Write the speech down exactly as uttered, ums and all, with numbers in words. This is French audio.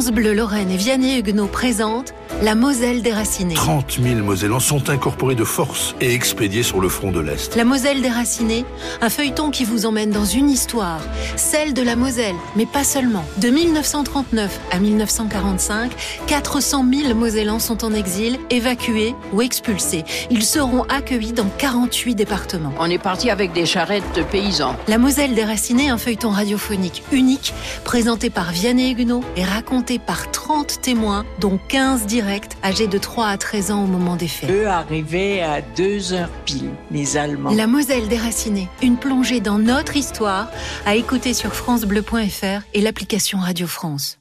France Bleu Lorraine et Vianney Huguenot présentent La Moselle déracinée. trente mille Mosellans sont incorporés de force et expédiés sur le front de l'Est. La Moselle déracinée, un feuilleton qui vous emmène dans une histoire, celle de la Moselle, mais pas seulement. De mille neuf cent trente-neuf à mille neuf cent quarante-cinq, quatre cent mille Mosellans sont en exil, évacués ou expulsés. Ils seront accueillis dans quarante-huit départements. On est parti avec des charrettes de paysans. La Moselle déracinée, un feuilleton radiophonique unique, présenté par Vianney Huguenot et raconté par trente témoins, dont quinze directs, âgés de trois à treize ans au moment des faits. Eux arrivaient à deux heures pile, les Allemands. La Moselle déracinée, une plongée dans notre histoire, à écouter sur francebleu point f r et l'application Radio France.